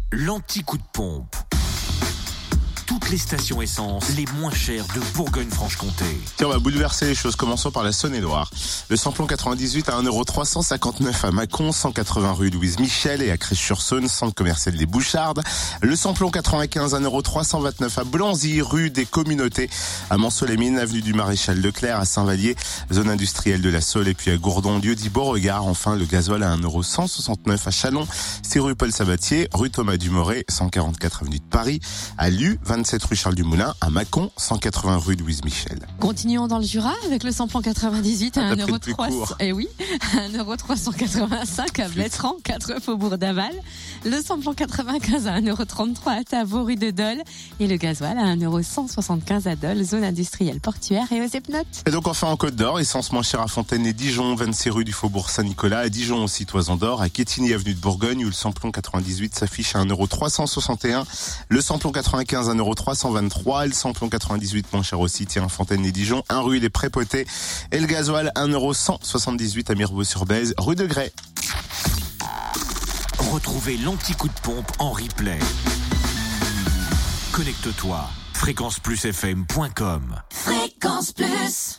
l'anti-coup de pompe. Toutes les stations essence les moins chères de Bourgogne-Franche-Comté. Tiens, on va bouleverser les choses. Commençons par la Saône-et-Loire. Le samplon 98 à 1,359 € à Mâcon, 180 rue Louise Michel et à Crèche-sur-Saône, centre commercial des Bouchardes. Le samplon 95 à 1,329 € à Blanzy, rue des Communautés, à Manceau-les-Mines, avenue du Maréchal Leclerc, à Saint-Vallier, zone industrielle de la Saule, et puis à Gourdon, lieu-dit Beauregard. Enfin, le gasoil à 1,169 € à Châlons, c'est rue Paul Sabatier, rue Thomas Dumoré, 144 avenue de Paris, à Lue, 27 rue Charles Dumoulin, à Mâcon, 180 rue Louise Michel. Continuons dans le Jura avec le samplon 98 à 1,3. Et oui, 1,385 € à Blétran, 4 faubourg d'Aval. Le samplon 95 à 1,33 € à Tavaux, rue de Dole. Et le gasoil à 1,175 € à Dole, zone industrielle portuaire et aux Epnotes. Et donc enfin en Côte d'Or, essence moins chère à Fontaine et Dijon, 26 rue du Faubourg Saint-Nicolas, à Dijon aussi Toison d'Or, à Quetigny avenue de Bourgogne où le samplon 98 s'affiche à 1,361 €. Le samplon 95 à 1,323 €. Et le samplon 98 moins cher aussi, tiens, Fontaine et Dijon, 1 rue Les Prépotés. Et le gasoil 1,178 € à Mirebeau-sur-Bèze, rue de Grès. Retrouvez l'anti-coup de pompe en replay. Connecte-toi. fréquenceplusfm.com. Fréquence Plus.